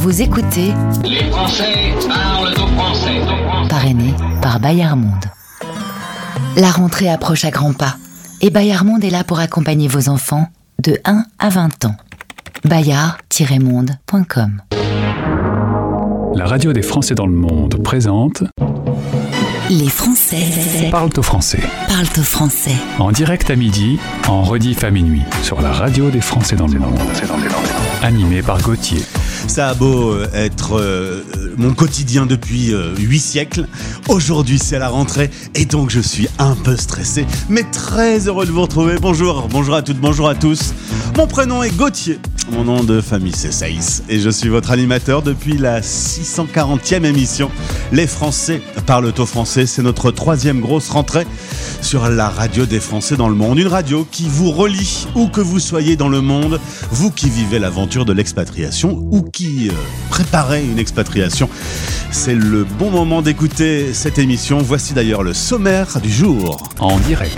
Vous écoutez Les Français parlent au français. Parrainé par Bayard Monde. La rentrée approche à grands pas et Bayard Monde est là pour accompagner vos enfants de 1 à 20 ans. bayard-monde.com. La radio des Français dans le monde présente Les Français Parlent au français. parlent au français. En direct à midi, en rediff à minuit, sur la radio des Français dans le monde. Animé par Gauthier. Ça a beau être mon quotidien depuis 8 siècles, aujourd'hui c'est la rentrée et donc je suis un peu stressé, mais très heureux de vous retrouver. Bonjour à toutes, bonjour à tous. Mon prénom est Gauthier, mon nom de famille c'est Saïs et je suis votre animateur depuis la 640e émission. Les Français parlent au français, c'est notre 3e grosse rentrée sur la radio des Français dans le monde. Une radio qui vous relie où que vous soyez dans le monde, vous qui vivez l'aventure de l'expatriation ou qui préparez une expatriation. C'est le bon moment d'écouter cette émission. Voici d'ailleurs le sommaire du jour. En direct.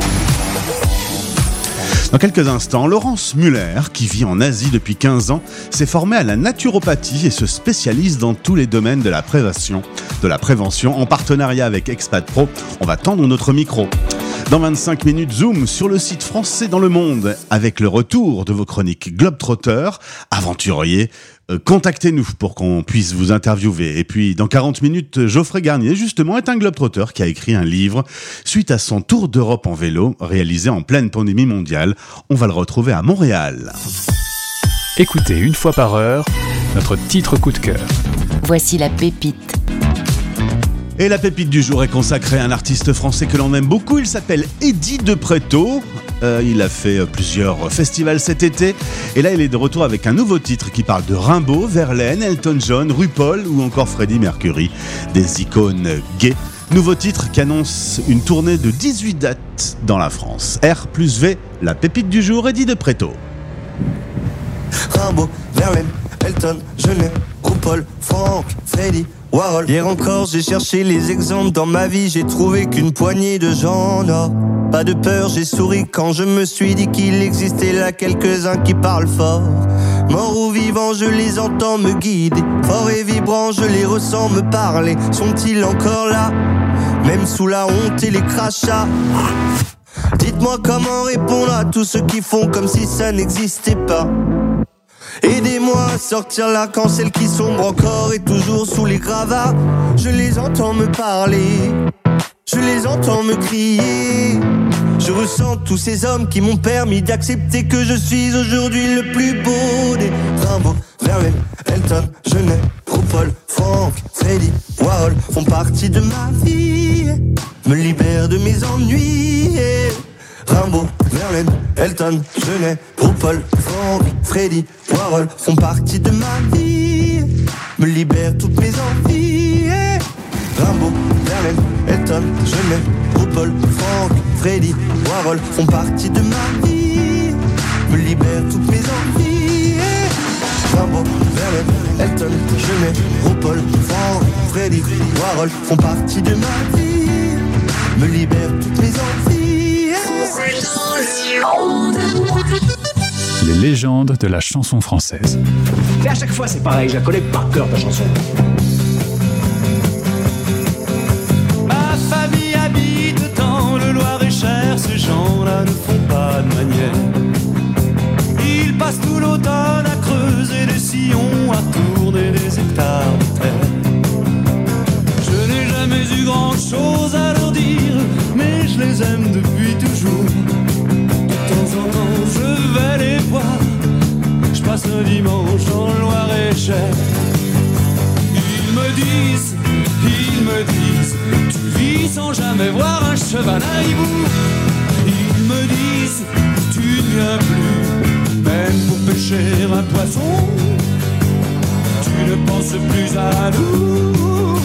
Dans quelques instants, Laurence Muller, qui vit en Asie depuis 15 ans, s'est formée à la naturopathie et se spécialise dans tous les domaines de la prévention. En partenariat avec Expat Pro, on va tendre notre micro. Dans 25 minutes, zoom sur le site Français dans le monde avec le retour de vos chroniques Globetrotter, aventuriers. Contactez-nous pour qu'on puisse vous interviewer. Et puis, dans 40 minutes, Geoffrey Garnier, justement, est un globetrotter qui a écrit un livre suite à son tour d'Europe en vélo, réalisé en pleine pandémie mondiale. On va le retrouver à Montréal. Écoutez une fois par heure notre titre coup de cœur. Voici la pépite. Et la pépite du jour est consacrée à un artiste français que l'on aime beaucoup. Il s'appelle Eddie De Pretto. Il a fait plusieurs festivals cet été. Et là, il est de retour avec un nouveau titre qui parle de Rimbaud, Verlaine, Elton John, RuPaul ou encore Freddie Mercury. Des icônes gays. Nouveau titre qui annonce une tournée de 18 dates dans la France. R+V, la pépite du jour, Eddie De Pretto. Rimbaud, Verlaine, Elton, John, RuPaul, Franck, Freddie, Warhol. Hier encore j'ai cherché les exemples dans ma vie, j'ai trouvé qu'une poignée de gens. Non, pas de peur, j'ai souri quand je me suis dit qu'il existait là quelques-uns qui parlent fort. Morts ou vivants, je les entends me guider. Forts et vibrants, je les ressens me parler. Sont-ils encore là, même sous la honte et les crachats? Dites-moi comment répondre à tous ceux qui font comme si ça n'existait pas. Aidez-moi à sortir l'arc-en-ciel qui sombre encore et toujours sous les gravats. Je les entends me parler, je les entends me crier. Je ressens tous ces hommes qui m'ont permis d'accepter que je suis aujourd'hui le plus beau des Rimbaud, Verlaine, Elton, John, RuPaul, Franck, Freddie, Warhol font partie de ma vie, me libèrent de mes ennuis. Rimbaud, Verlaine, Elton, John, RuPaul, Franck, Freddie, Warhol font partie de ma vie, me libèrent toutes mes envies. Rimbaud, Verlaine, Elton, John, RuPaul, Franck, Freddie, Warhol font partie de ma vie, me libèrent toutes mes envies. Rimbaud, Verlaine, Elton, John, RuPaul, Franck, Freddie, Warhol font partie de ma vie, me libèrent toutes mes envies. Les légendes de la chanson française. Et à chaque fois c'est pareil, je la connais par cœur ta chanson. Ma famille habite dans le Loir-et-Cher, ces gens-là ne font pas de manière. Ils passent tout l'automne à creuser des sillons, à tourner des hectares de terre. Je n'ai jamais eu grand-chose à leur dire, mais je les aime depuis toujours. De temps en temps je vais les voir, je passe un dimanche en Loir-et-Cher. Ils me disent, tu vis sans jamais voir un cheval à hibou. Ils me disent, tu ne viens plus, même pour pêcher un poisson. Tu ne penses plus à nous.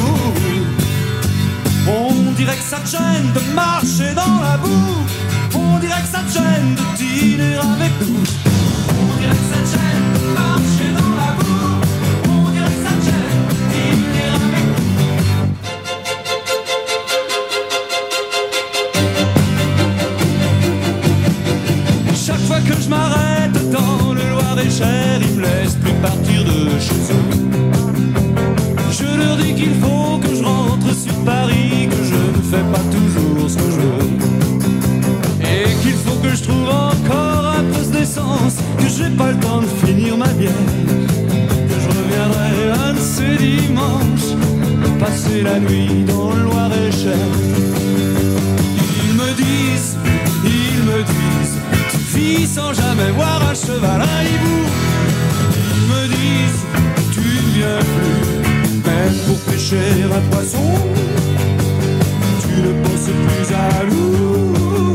On dirait que ça te gêne de marcher dans la boue. On dirait que ça te gêne de dîner avec nous. On dirait que ça te gêne de marcher dans la boue. On dirait que ça te gêne de dîner avec nous. Chaque fois que je m'arrête dans le Loir-et-Cher, il me laisse plus partir de chez eux. passer la nuit dans le Loir-et-Cher. Ils me disent, tu vis sans jamais voir un cheval, un hibou. Ils me disent, tu ne viens plus, même pour pêcher un poisson. Tu ne penses plus à nous.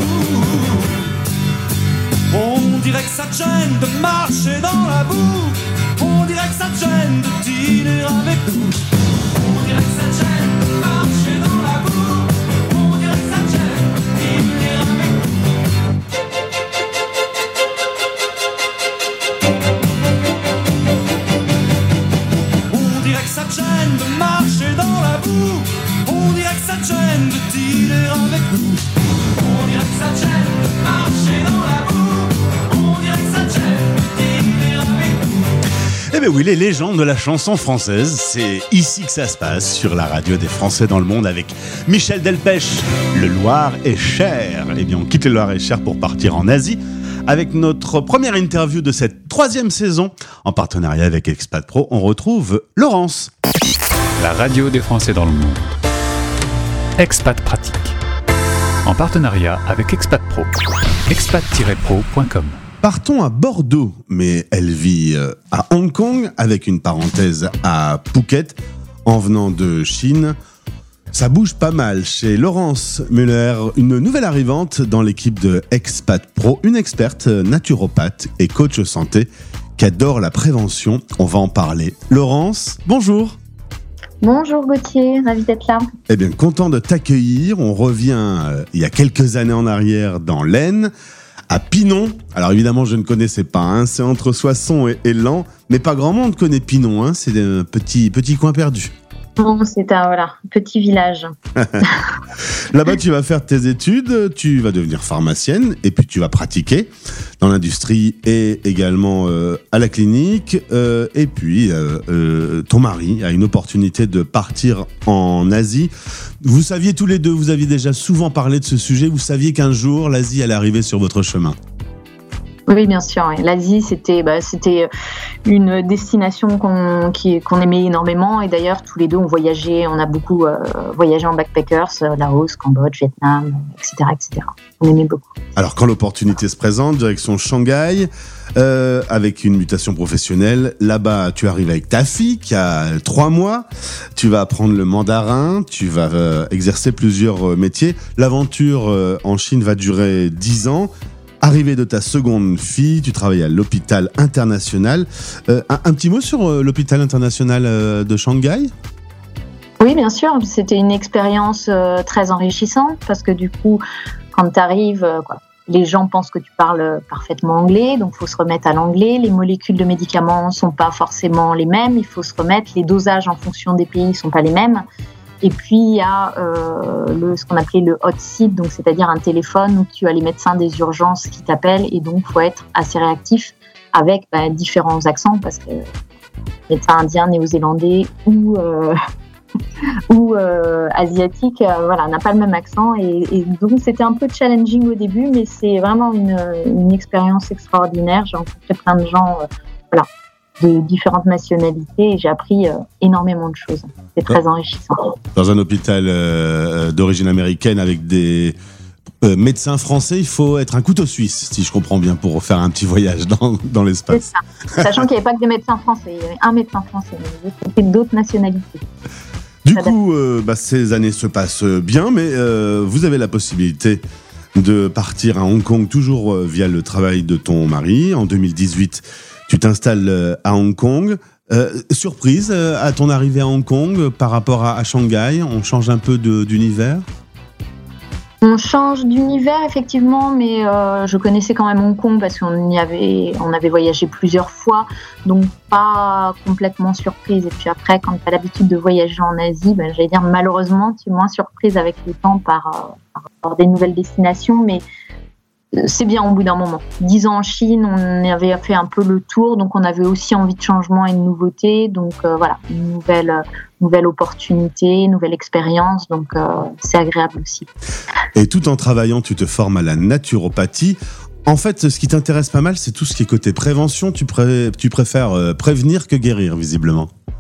On dirait que ça te gêne de marcher dans la boue. On dirait que ça te gêne de dîner avec nous. On dirait que ça te gêne de marcher dans la boue. On dirait que ça te gêne de dîner avec nous. On dirait que ça te gêne de marcher dans la boue. On dirait que ça te gêne de dîner avec nous. On dirait que ça te gêne de marcher dans la boue. Eh bien oui, les légendes de la chanson française, c'est ici que ça se passe, sur la radio des Français dans le monde, avec Michel Delpech. Le Loir-et-Cher. Eh bien, on quitte le Loir-et-Cher pour partir en Asie, avec notre première interview de cette 3e saison. En partenariat avec Expat Pro, on retrouve Laurence. La radio des Français dans le monde. Expat Pratique. En partenariat avec Expat Pro. expat-pro.com. Partons à Bordeaux, mais elle vit à Hong Kong, avec une parenthèse à Phuket, en venant de Chine. Ça bouge pas mal chez Laurence Muller, une nouvelle arrivante dans l'équipe de Expat Pro, une experte naturopathe et coach santé qui adore la prévention. On va en parler. Laurence, bonjour. Bonjour Gauthier, ravi d'être là. Eh bien, content de t'accueillir. On revient il y a quelques années en arrière dans l'Aisne, à Pinon. Alors évidemment, je ne connaissais pas, hein. C'est entre Soissons et Laon, mais pas grand monde connaît Pinon, hein. C'est un petit coin perdu. Bon, c'est un petit village. Là-bas, tu vas faire tes études, tu vas devenir pharmacienne et puis tu vas pratiquer dans l'industrie et également à la clinique. Et puis, ton mari a une opportunité de partir en Asie. Vous saviez tous les deux, vous aviez déjà souvent parlé de ce sujet, vous saviez qu'un jour, l'Asie allait arriver sur votre chemin. Oui, bien sûr. L'Asie, c'était une destination qu'on aimait énormément. Et d'ailleurs, tous les deux, on voyageait. On a beaucoup voyagé en backpackers, Laos, Cambodge, Vietnam, etc., etc. On aimait beaucoup. Alors, quand l'opportunité se présente, direction Shanghai, avec une mutation professionnelle, là-bas, tu arrives avec ta fille qui a 3 mois. Tu vas apprendre le mandarin. Tu vas exercer plusieurs métiers. L'aventure en Chine va durer 10 ans. Arrivée de ta seconde fille, tu travailles à l'hôpital international. Un petit mot sur l'hôpital international de Shanghai ? Oui, bien sûr. C'était une expérience très enrichissante parce que du coup, quand tu arrives, les gens pensent que tu parles parfaitement anglais, donc il faut se remettre à l'anglais. Les molécules de médicaments ne sont pas forcément les mêmes, il faut se remettre. Les dosages en fonction des pays ne sont pas les mêmes. Et puis, il y a ce qu'on appelait le hot seat, donc c'est-à-dire un téléphone où tu as les médecins des urgences qui t'appellent et donc il faut être assez réactif avec différents accents parce que médecin indien, néo-zélandais ou asiatique, n'a pas le même accent et donc c'était un peu challenging au début, mais c'est vraiment une expérience extraordinaire. J'ai rencontré plein de gens, de différentes nationalités et j'ai appris énormément de choses. C'est très enrichissant. Dans un hôpital d'origine américaine avec des médecins français, il faut être un couteau suisse, si je comprends bien, pour faire un petit voyage dans l'espace. C'est ça. Sachant qu'il n'y avait pas que des médecins français, il y avait un médecin français, mais c'était d'autres nationalités. Du coup, ces années se passent bien, mais vous avez la possibilité de partir à Hong Kong, toujours via le travail de ton mari. En 2018, tu t'installes à Hong Kong. Surprise à ton arrivée à Hong Kong par rapport à Shanghai, on change un peu d'univers ? On change d'univers effectivement, mais je connaissais quand même Hong Kong parce qu'on avait voyagé plusieurs fois, donc pas complètement surprise. Et puis après, quand tu as l'habitude de voyager en Asie, j'allais dire malheureusement, tu es moins surprise avec le temps par des nouvelles destinations, mais c'est bien au bout d'un moment. 10 ans en Chine, on avait fait un peu le tour, donc on avait aussi envie de changement et de nouveauté. Donc une nouvelle opportunité, une nouvelle expérience, donc c'est agréable aussi. Et tout en travaillant, tu te formes à la naturopathie. En fait, ce qui t'intéresse pas mal, c'est tout ce qui est côté prévention. Tu préfères prévenir que guérir, visiblement.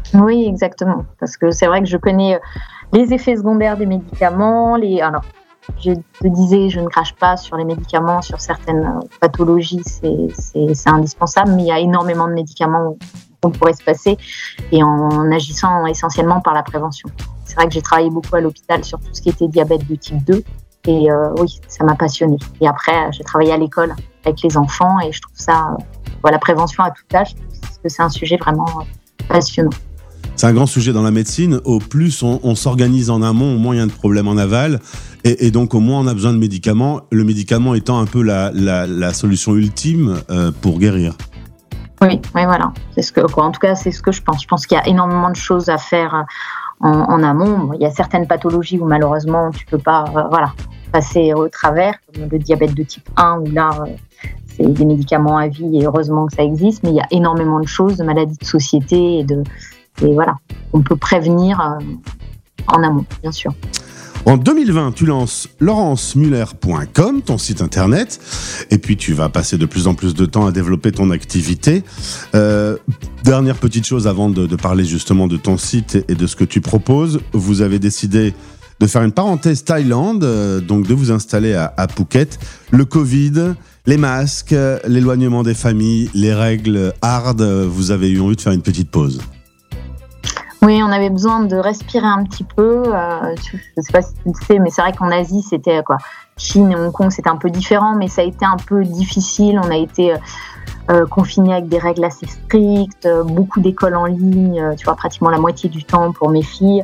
Oui, exactement. Parce que c'est vrai que je connais les effets secondaires des médicaments. Alors, je te disais, je ne crache pas sur les médicaments, sur certaines pathologies, c'est indispensable, mais il y a énormément de médicaments qu'on pourrait se passer, et en agissant essentiellement par la prévention. C'est vrai que j'ai travaillé beaucoup à l'hôpital sur tout ce qui était diabète de type 2, et oui, ça m'a passionnée. Et après, j'ai travaillé à l'école avec les enfants, et je trouve ça, la prévention à tout âge, parce que c'est un sujet vraiment passionnant. C'est un grand sujet dans la médecine. Au plus on s'organise en amont, au moins il y a de problèmes en aval. Et donc au moins on a besoin de médicaments. Le médicament étant un peu la solution ultime pour guérir. Oui, voilà. En tout cas, c'est ce que je pense. Je pense qu'il y a énormément de choses à faire en amont. Il y a certaines pathologies où malheureusement tu peux pas passer au travers, comme le diabète de type 1, où là c'est des médicaments à vie et heureusement que ça existe. Mais il y a énormément de choses, de maladies de société et voilà, on peut prévenir en amont, bien sûr. En 2020, tu lances laurencemuller.com, ton site internet, et puis tu vas passer de plus en plus de temps à développer ton activité. Dernière petite chose avant de parler justement de ton site et de ce que tu proposes, vous avez décidé de faire une parenthèse Thaïlande, donc de vous installer à Phuket. Le Covid, les masques, l'éloignement des familles, les règles hard, vous avez eu envie de faire une petite pause. Oui, on avait besoin de respirer un petit peu. Je ne sais pas si tu le sais, mais c'est vrai qu'en Asie, c'était Chine et Hong Kong, c'était un peu différent, mais ça a été un peu difficile. On a été confinés avec des règles assez strictes, beaucoup d'écoles en ligne, pratiquement la moitié du temps pour mes filles.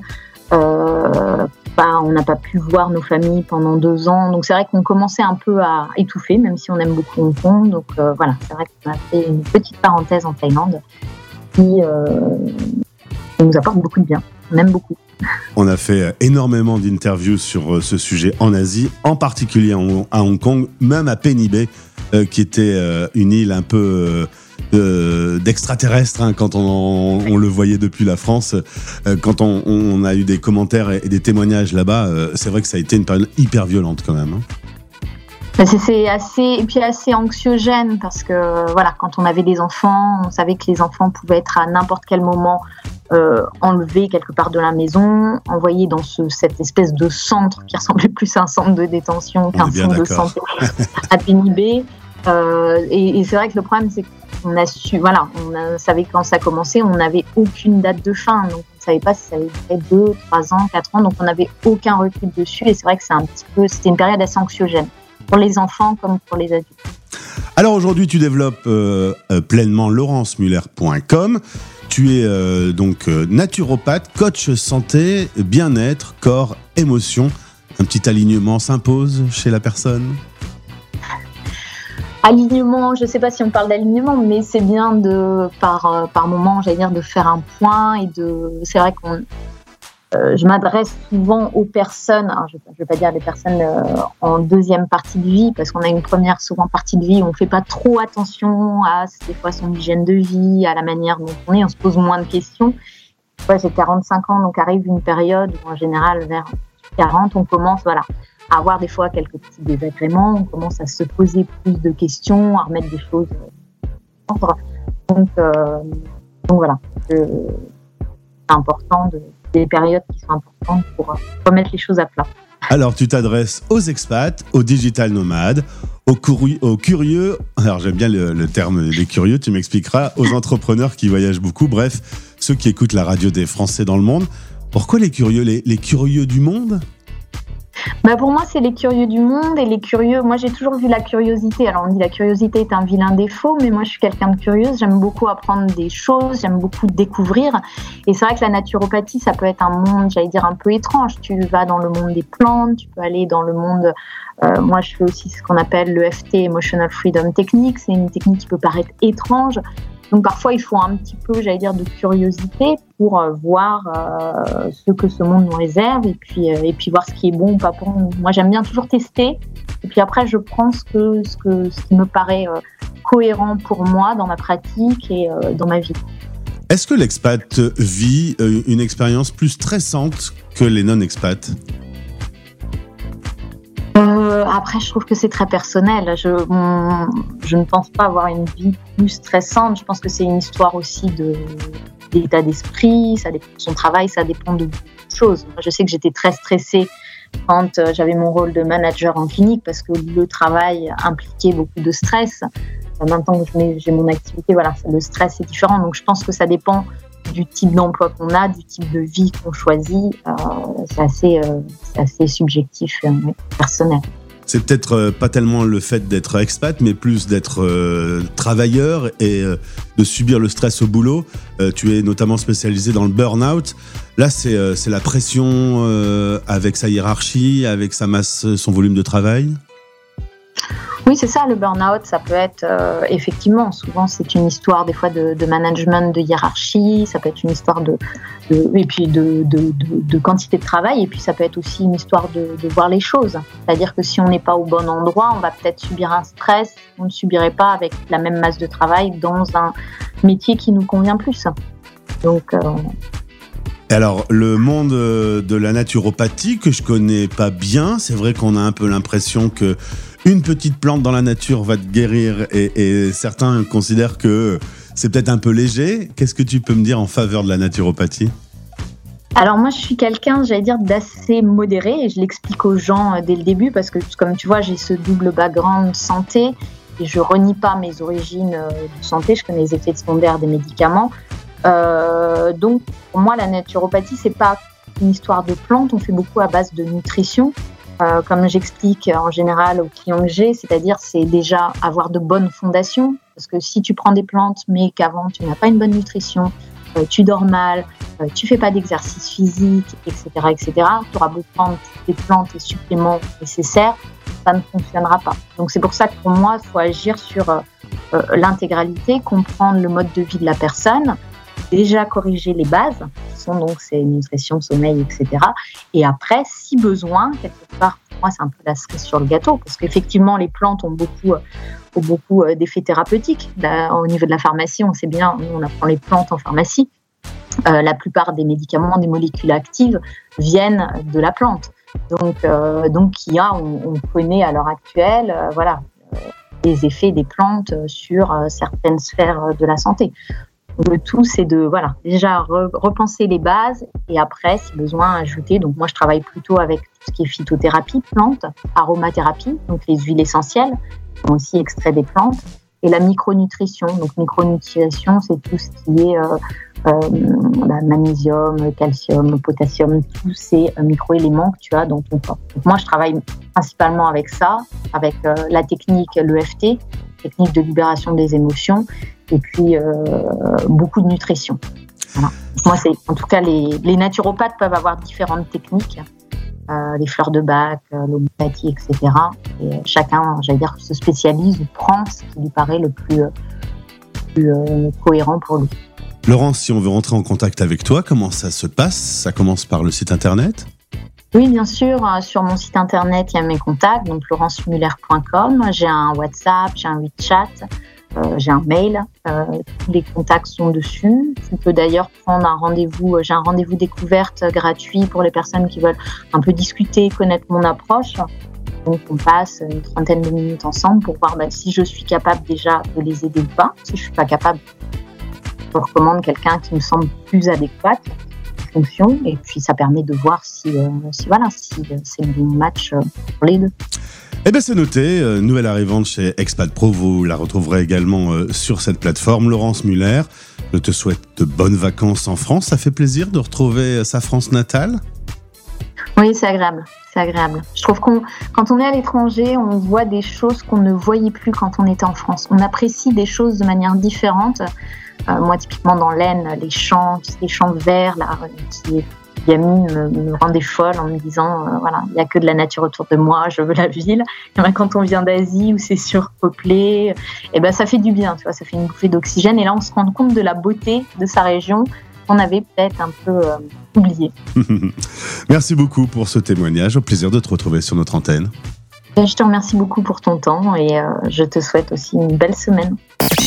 On n'a pas pu voir nos familles pendant 2 ans. Donc c'est vrai qu'on commençait un peu à étouffer, même si on aime beaucoup Hong Kong. Donc c'est vrai qu'on a fait une petite parenthèse en Thaïlande qui nous apporte beaucoup de bien. On aime beaucoup. On a fait énormément d'interviews sur ce sujet en Asie, en particulier à Hong Kong, même à Penny Bay, qui était une île un peu d'extraterrestre, quand on le voyait depuis la France. Quand on a eu des commentaires et des témoignages là-bas, c'est vrai que ça a été une période hyper violente quand même. C'est assez anxiogène parce que quand on avait des enfants, on savait que les enfants pouvaient être à n'importe quel moment enlevés quelque part de la maison, envoyés dans cette espèce de centre qui ressemblait plus à un centre de détention qu'un centre de santé à Penny Bay. Et c'est vrai que le problème, c'est qu'on on savait quand ça commençait, on n'avait aucune date de fin, donc on ne savait pas si ça allait durer 2, 3 ans, 4 ans, donc on n'avait aucun recul dessus, et c'est vrai que c'était une période assez anxiogène, pour les enfants comme pour les adultes. Alors aujourd'hui, tu développes pleinement laurencemuller.com. Tu es donc naturopathe, coach santé, bien-être, corps, émotion. Un petit alignement s'impose chez la personne ? Alignement, je ne sais pas si on parle d'alignement, mais c'est bien par moment, de faire un point c'est vrai qu'on je m'adresse souvent aux personnes, alors je ne vais pas dire les personnes en deuxième partie de vie, parce qu'on a une première souvent partie de vie où on ne fait pas trop attention à des fois son hygiène de vie, à la manière dont on se pose moins de questions. Moi, j'ai 45 ans, donc arrive une période où en général vers 40, on commence à avoir des fois quelques petits désagréments, on commence à se poser plus de questions, à remettre des choses en ordre. Donc voilà, c'est important des périodes qui sont importantes pour remettre les choses à plat. Alors, tu t'adresses aux expats, aux digital nomades, aux curieux, alors j'aime bien le terme des curieux, tu m'expliqueras, aux entrepreneurs qui voyagent beaucoup, bref, ceux qui écoutent la radio des Français dans le monde. Pourquoi les curieux, les curieux du monde ? Pour moi, c'est les curieux du monde et les curieux. Moi, j'ai toujours vu la curiosité. Alors, on dit la curiosité est un vilain défaut, mais moi, je suis quelqu'un de curieuse. J'aime beaucoup apprendre des choses, j'aime beaucoup découvrir. Et c'est vrai que la naturopathie, ça peut être un monde, un peu étrange. Tu vas dans le monde des plantes, tu peux aller dans le monde. Moi, je fais aussi ce qu'on appelle le FT, Emotional Freedom Technique. C'est une technique qui peut paraître étrange. Donc parfois, il faut un petit peu, de curiosité pour voir ce que ce monde nous réserve et puis voir ce qui est bon ou pas pour nous. Moi, j'aime bien toujours tester et puis après, je prends ce qui me paraît cohérent pour moi dans ma pratique et dans ma vie. Est-ce que l'expat vit une expérience plus stressante que les non-expats ? Après, je trouve que c'est très personnel. Je ne pense pas avoir une vie plus stressante. Je pense que c'est une histoire aussi l'état d'esprit, ça dépend de son travail, ça dépend de beaucoup de choses. Moi, je sais que j'étais très stressée quand j'avais mon rôle de manager en clinique parce que le travail impliquait beaucoup de stress. Maintenant que j'ai mon activité, voilà, le stress est différent. Donc je pense que ça dépend du type d'emploi qu'on a, du type de vie qu'on choisit. C'est assez subjectif, personnel. C'est peut-être pas tellement le fait d'être expat, mais plus d'être travailleur et de subir le stress au boulot. Tu es notamment spécialisé dans le burn-out. Là, c'est la pression avec sa hiérarchie, avec sa masse, son volume de travail. Oui, c'est ça, le burn-out, ça peut être effectivement, souvent c'est une histoire des fois de management, de hiérarchie, ça peut être une histoire de quantité de travail, et puis ça peut être aussi une histoire de voir les choses. C'est-à-dire que si on n'est pas au bon endroit, on va peut-être subir un stress qu'on ne subirait pas avec la même masse de travail dans un métier qui nous convient plus. Donc... Alors, le monde de la naturopathie que je connais pas bien, c'est vrai qu'on a un peu l'impression que une petite plante dans la nature va te guérir et certains considèrent que c'est peut-être un peu léger. Qu'est-ce que tu peux me dire en faveur de la naturopathie ? Alors moi, je suis quelqu'un, j'allais dire, d'assez modéré et je l'explique aux gens dès le début parce que, comme tu vois, j'ai ce double background santé et je renie pas mes origines de santé. Je connais les effets secondaires des médicaments. Donc, pour moi, la naturopathie, c'est pas une histoire de plantes. On fait beaucoup à base de nutrition. Comme j'explique en général aux clients que j'ai, c'est-à-dire c'est déjà avoir de bonnes fondations. Parce que si tu prends des plantes, mais qu'avant tu n'as pas une bonne nutrition, tu dors mal, tu fais pas d'exercice physique, etc., tu auras beau prendre toutes les plantes et suppléments nécessaires, ça ne fonctionnera pas. Donc c'est pour ça que pour moi, il faut agir sur l'intégralité, comprendre le mode de vie de la personne, déjà corriger les bases, qui sont donc ces nutrition, sommeil, etc. Et après, si besoin, quelque part, pour moi, c'est un peu la cerise sur le gâteau, parce qu'effectivement, les plantes ont beaucoup d'effets thérapeutiques. Là, au niveau de la pharmacie, on sait bien, nous, on apprend les plantes en pharmacie. La plupart des médicaments, des molécules actives viennent de la plante. Donc on connaît à l'heure actuelle, les effets des plantes sur certaines sphères de la santé. Le tout, c'est de déjà repenser les bases et après, si besoin, ajouter. Donc moi, je travaille plutôt avec tout ce qui est phytothérapie, plantes, aromathérapie, donc les huiles essentielles, qui sont aussi extraits des plantes, et la micronutrition. Donc micronutrition, c'est tout ce qui est magnésium, calcium, potassium, tous ces micro-éléments que tu as dans ton corps. Donc moi, je travaille principalement avec ça, avec la technique, l'EFT, technique de libération des émotions, et puis beaucoup de nutrition. Voilà. Moi, en tout cas, les naturopathes peuvent avoir différentes techniques, les fleurs de bac, l'homéopathie, etc. Et chacun, j'allais dire, se spécialise ou prend ce qui lui paraît le plus cohérent pour lui. Laurence, si on veut rentrer en contact avec toi, comment ça se passe ? Ça commence par le site internet ? Oui, bien sûr. Sur mon site internet, il y a mes contacts, donc laurencemuller.com. J'ai un WhatsApp, j'ai un WeChat, j'ai un mail. Tous les contacts sont dessus. Tu peux d'ailleurs prendre un rendez-vous. J'ai un rendez-vous découverte gratuit pour les personnes qui veulent un peu discuter, connaître mon approche. Donc, on passe une trentaine de minutes ensemble pour voir si je suis capable déjà de les aider ou pas. Si je ne suis pas capable, je recommande quelqu'un qui me semble plus adéquat en fonction. Et puis, ça permet de voir si c'est le bon match pour les deux. Eh bien, c'est noté. Nouvelle arrivante chez Expat Pro. Vous la retrouverez également sur cette plateforme. Laurence Muller, je te souhaite de bonnes vacances en France. Ça fait plaisir de retrouver sa France natale ? Oui, c'est agréable. C'est agréable. Je trouve quand on est à l'étranger, on voit des choses qu'on ne voyait plus quand on était en France. On apprécie des choses de manière différente. Moi, typiquement dans l'Aisne, les champs verts, là, qui gamine me rendait folle en me disant il n'y a que de la nature autour de moi, je veux la ville. Et ben, quand on vient d'Asie où c'est surpeuplé, ça fait du bien, tu vois, ça fait une bouffée d'oxygène. Et là, on se rend compte de la beauté de sa région qu'on avait peut-être un peu oublié. Merci beaucoup pour ce témoignage. Au plaisir de te retrouver sur notre antenne. Je te remercie beaucoup pour ton temps et je te souhaite aussi une belle semaine.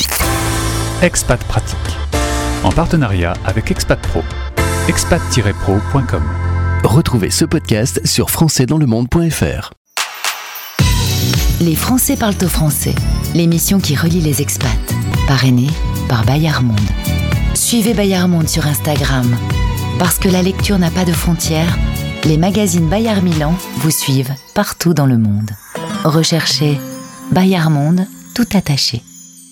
Expat Pratique, en partenariat avec Expat Pro. expat-pro.com. Retrouvez ce podcast sur françaisdanslemonde.fr. Les Français parlent au français, l'émission qui relie les expats, parrainée par Bayard Monde. Suivez Bayard Monde sur Instagram. Parce que la lecture n'a pas de frontières, les magazines Bayard Milan vous suivent partout dans le monde. Recherchez Bayard Monde tout attaché.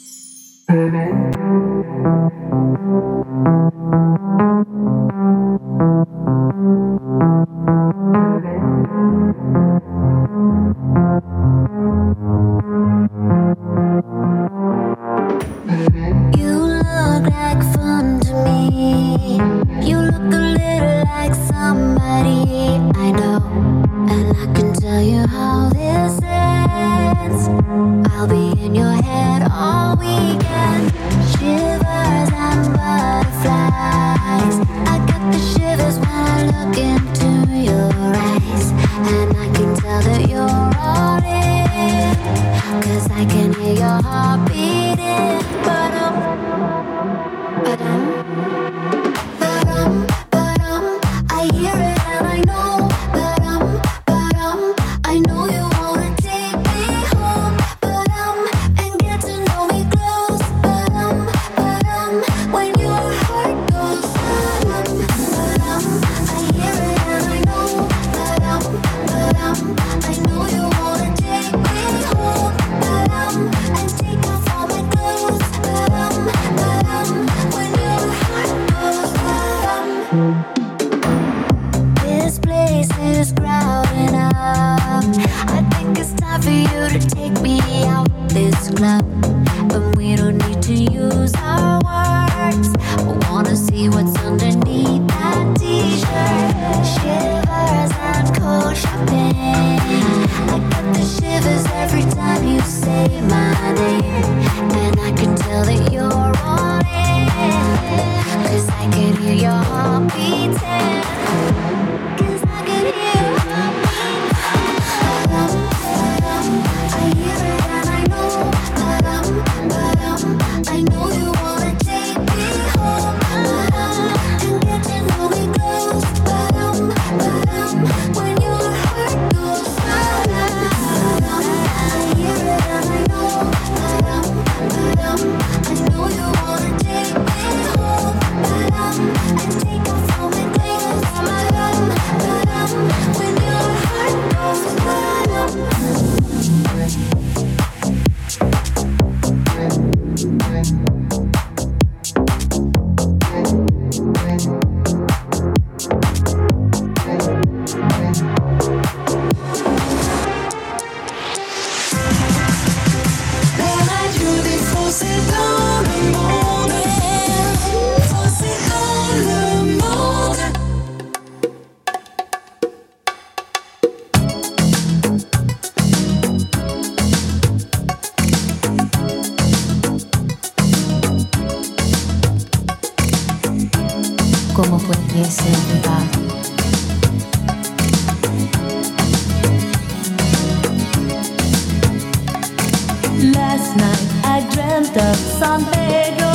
Last night I dreamt of San Pedro,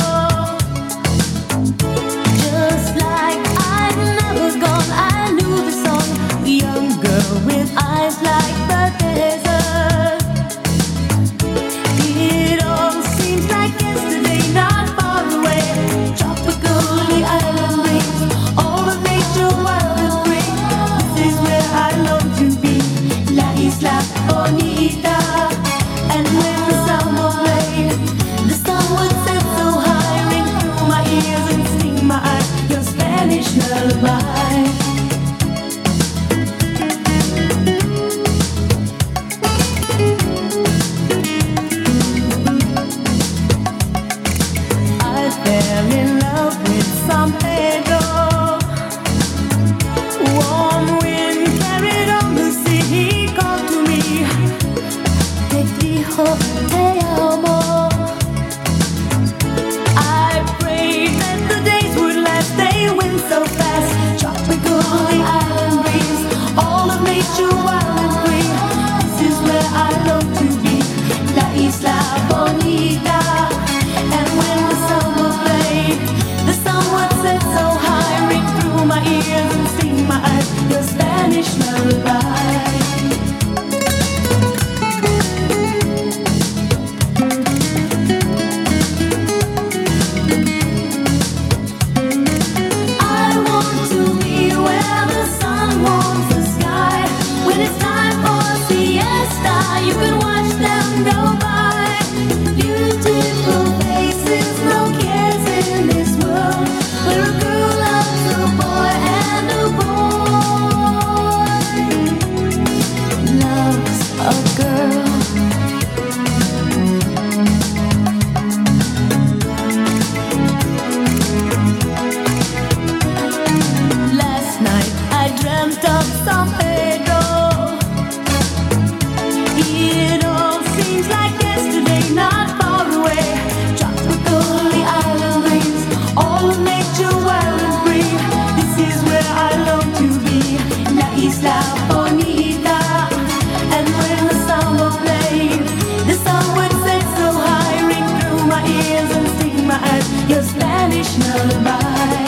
just like I'd never gone. I knew the song, young girl with eyes like the desert. It all seems like yesterday, not far away. Tropical, the island breeze, all of nature wild and free. This is where I long to be, La Isla Bonita. And when the sun was played, the sun would set so high. Spanish lullaby.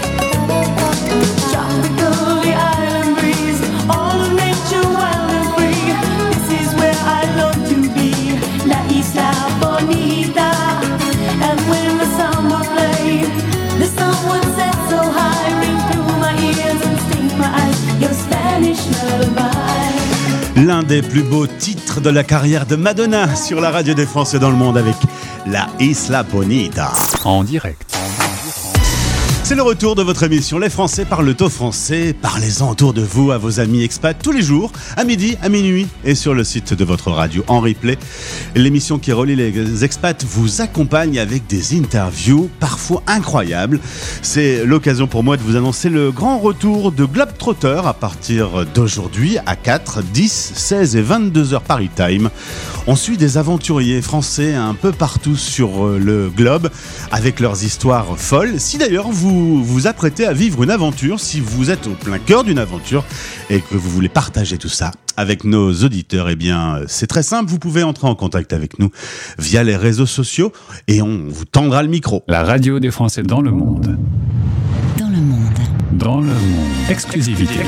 Tropical, the island breeze, all of nature wild and free. This is where I long to be, La Isla Bonita. And when the samba played, the sun would set so high, ring through my ears and sting my eyes. Your Spanish lullaby. L'un des plus beaux titres de la carrière de Madonna sur la radio des Français dans le monde avec La Isla Bonita. En direct. C'est le retour de votre émission Les Français parlent au français. Parlez-en autour de vous, à vos amis expats, tous les jours, à midi, à minuit et sur le site de votre radio en replay. L'émission qui relie les expats vous accompagne avec des interviews parfois incroyables. C'est l'occasion pour moi de vous annoncer le grand retour de Globetrotter à partir d'aujourd'hui à 4, 10, 16 et 22 heures Paris Time. On suit des aventuriers français un peu partout sur le globe avec leurs histoires folles. Si d'ailleurs vous vous apprêtez à vivre une aventure, si vous êtes au plein cœur d'une aventure et que vous voulez partager tout ça avec nos auditeurs, eh bien c'est très simple, vous pouvez entrer en contact avec nous via les réseaux sociaux et on vous tendra le micro. La radio des Français dans le monde. Dans le monde. Dans le monde. Exclusivité.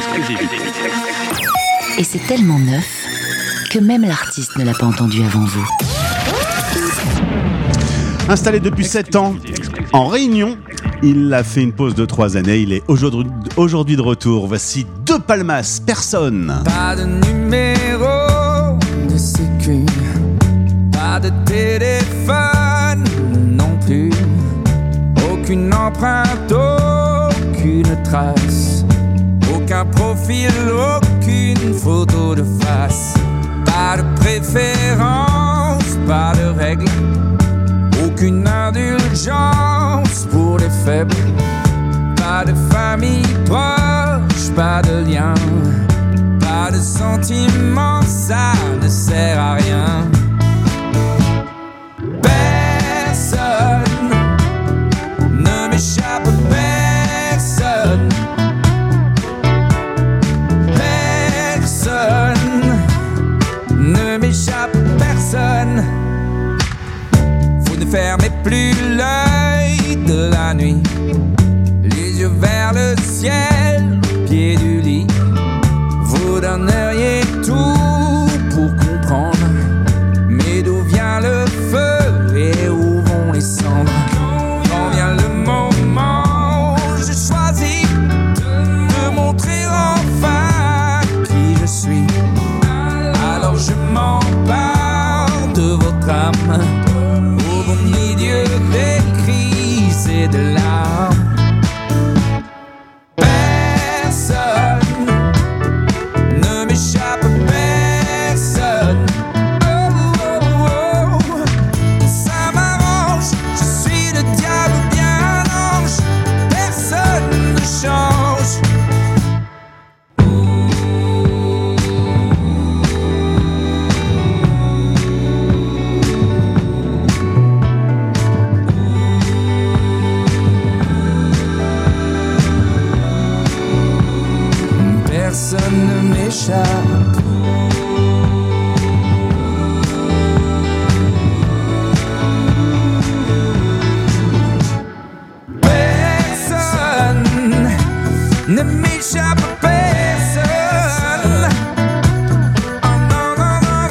Et c'est tellement neuf que même l'artiste ne l'a pas entendu avant vous. Installé depuis 7 ans en Réunion, il a fait une pause de 3 années. Il est aujourd'hui de retour. Voici deux palmas, personne. Pas de numéro de sécu, pas de téléphone non plus, aucune empreinte, aucune trace, aucun profil, aucune photo de face, pas de préférence, pas de règles, aucune indulgence pour les faibles, pas de famille proche, pas de lien, pas de sentiments, ça ne sert à rien. Personne ne m'échappe, personne. Personne ne m'échappe, personne. Ne fermez plus l'œil de la nuit, les yeux vers le ciel, pied du lit. Vous donneriez tout pour comprendre, mais d'où vient le feu et où vont les cendres? Quand vient le moment, je choisis de montrer enfin qui je suis. Alors je m'empare de votre âme, au milieu des crises et de larmes. Personne ne m'échappe, personne. Oh, oh, oh. Ça m'arrange, je suis le diable ou bien un ange. Personne ne change. Personne ne m'échappe. Personne ne m'échappe, personne. Oh non, non, non,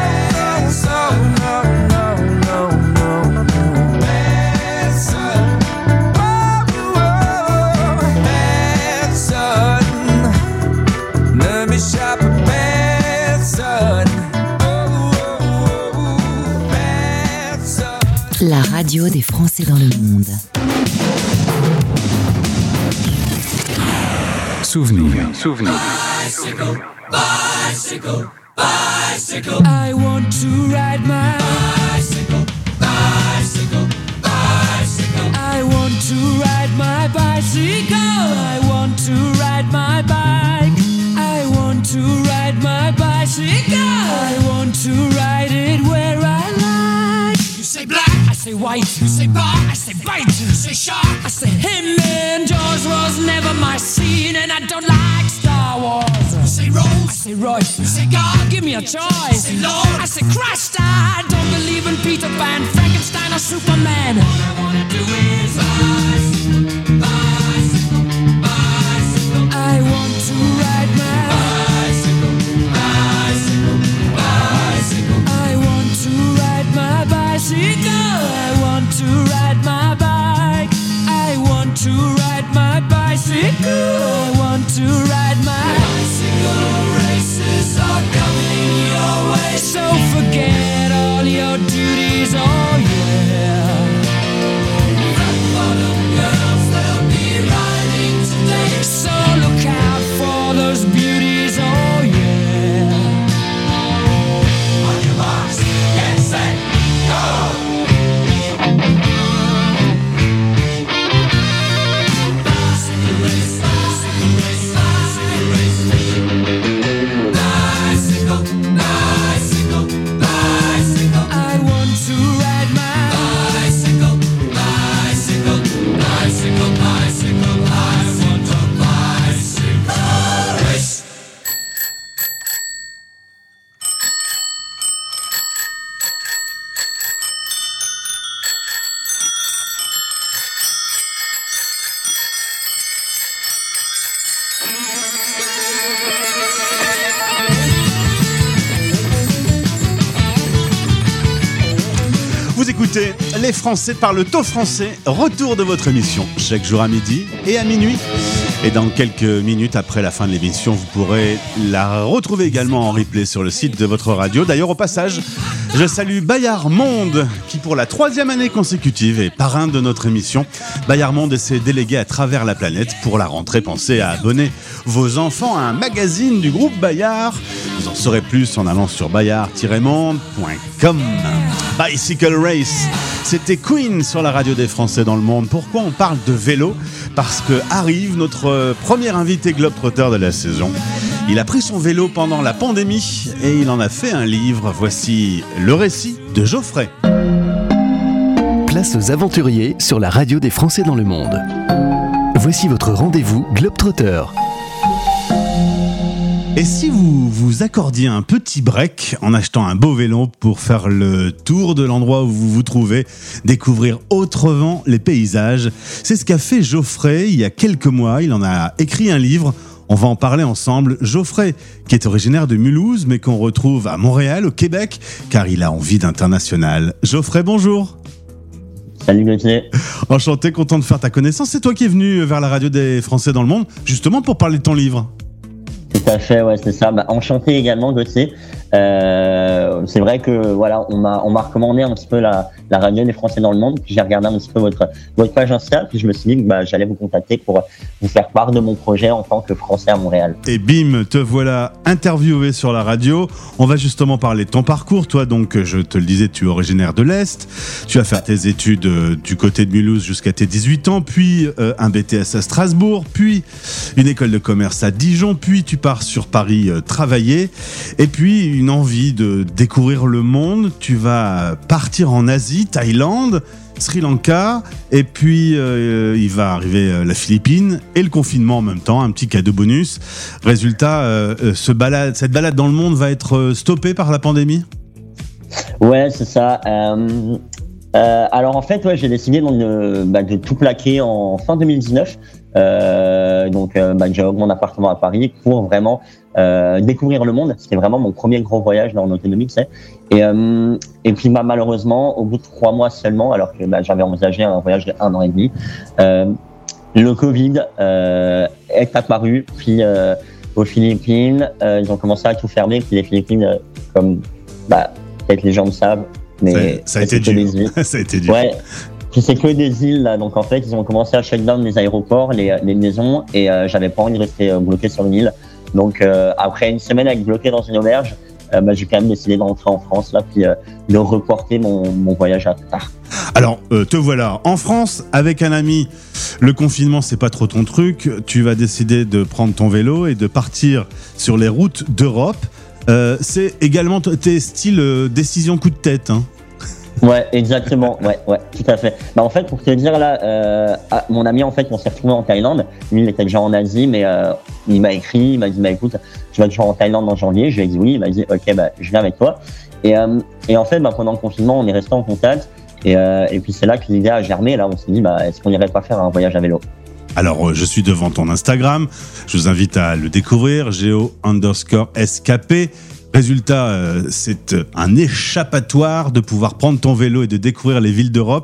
non, non, non, non, non, non. Personne. Oh, oh, personne ne m'échappe, personne. Oh, oh, oh, personne. La radio des Français dans le monde. Souvenir. Bicycle, bicycle, bicycle. I want to ride my bicycle, bicycle, bicycle. I want to ride my bicycle. I want to ride my bike. I want to ride my bicycle. I want to ride it where I like. You say black, I say white. You say bar, I say bite. You say shark, I say him. And Jaws was never my scene, and I don't like Star Wars. You say Rose, I say Royce. You say God, give me a choice. Say Lord, I say Christ. I don't believe in Peter Pan, Frankenstein or Superman. All I wanna do is bicycle. to ride my bicycle. I want to ride my bicycle. Races are coming your way. So forget all your duties, oh yeah. Rock bottom girls, they'll be riding today. So look out for those beauties, oh yeah. On your marks, get set, go! Vous écoutez Les Français parlent au français, retour de votre émission chaque jour à midi et à minuit. Et dans quelques minutes après la fin de l'émission, vous pourrez la retrouver également en replay sur le site de votre radio. D'ailleurs, au passage, je salue Bayard Monde, qui pour la 3e année consécutive est parrain de notre émission. Bayard Monde et ses délégués à travers la planète. Pour la rentrée, pensez à abonner vos enfants à un magazine du groupe Bayard. Vous en saurez plus en allant sur bayard-monde.com. Bicycle Race, c'était Queen sur la radio des Français dans le monde. Pourquoi on parle de vélo ? Parce que arrive notre premier invité globetrotter de la saison. Il a pris son vélo pendant la pandémie et il en a fait un livre. Voici le récit de Geoffrey. Place aux aventuriers sur la radio des Français dans le monde. Voici votre rendez-vous globetrotter. Et si vous vous accordiez un petit break en achetant un beau vélo pour faire le tour de l'endroit où vous vous trouvez, découvrir autrement les paysages, c'est ce qu'a fait Geoffrey il y a quelques mois. Il en a écrit un livre. On va en parler ensemble. Geoffrey, qui est originaire de Mulhouse, mais qu'on retrouve à Montréal, au Québec, car il a envie d'international. Geoffrey, bonjour. Salut Gauthier. Enchanté, content de faire ta connaissance. C'est toi qui es venu vers la radio des Français dans le monde, justement pour parler de ton livre. Tout à fait, ouais, c'est ça. Enchanté également, Gauthier. C'est vrai que voilà, on m'a recommandé un petit peu la radio des Français dans le monde. Puis j'ai regardé un petit peu votre page Insta. Puis je me suis dit que j'allais vous contacter pour vous faire part de mon projet en tant que Français à Montréal. Et bim, te voilà interviewé sur la radio. On va justement parler de ton parcours. Toi, donc, je te le disais, tu es originaire de l'Est. Tu as fait tes études du côté de Mulhouse jusqu'à tes 18 ans, puis un BTS à Strasbourg, puis une école de commerce à Dijon, puis tu pars sur Paris travailler, et puis une envie de découvrir le monde. Tu vas partir en Asie, Thaïlande, Sri Lanka, et puis il va arriver la Philippines et le confinement en même temps, un petit cadeau bonus. Résultat, cette balade dans le monde va être stoppée par la pandémie ? Ouais, c'est ça. Alors en fait, ouais, j'ai décidé donc de tout plaquer en fin 2019. J'ai mon appartement à Paris pour vraiment découvrir le monde. C'était vraiment mon premier gros voyage dans l'autonomie, tu sais. Et puis malheureusement, au bout de 3 mois seulement, alors que j'avais envisagé un voyage de 1 an et demi, le Covid est apparu. Puis aux Philippines, ils ont commencé à tout fermer. Puis les Philippines, comme peut-être les gens le savent, mais ça a été dur. Ça a été dur. Ouais. Puis c'est que des îles là, donc en fait ils ont commencé à shut down les aéroports, les maisons, et j'avais pas envie de rester bloqué sur une île. Donc après une semaine à être bloqué dans une auberge, j'ai quand même décidé de rentrer en France là, puis de reporter mon voyage à tard. Alors te voilà en France avec un ami. Le confinement c'est pas trop ton truc. Tu vas décider de prendre ton vélo et de partir sur les routes d'Europe. C'est également tes styles décision coup de tête, hein. Ouais, exactement. Ouais, tout à fait. En fait, pour te dire là, mon ami, en fait, on s'est retrouvé en Thaïlande. Lui, il était déjà en Asie, mais il m'a écrit, il m'a dit, écoute, tu vas toujours en Thaïlande en janvier. Je lui ai dit oui. Il m'a dit, ok, je viens avec toi. Et en fait, pendant le confinement, on est resté en contact. Et puis c'est là que l'idée a germé. Là, on s'est dit, est-ce qu'on irait pas faire un voyage à vélo? Alors, je suis devant ton Instagram. Je vous invite à le découvrir. Geo_SKP. Résultat, c'est un échappatoire de pouvoir prendre ton vélo et de découvrir les villes d'Europe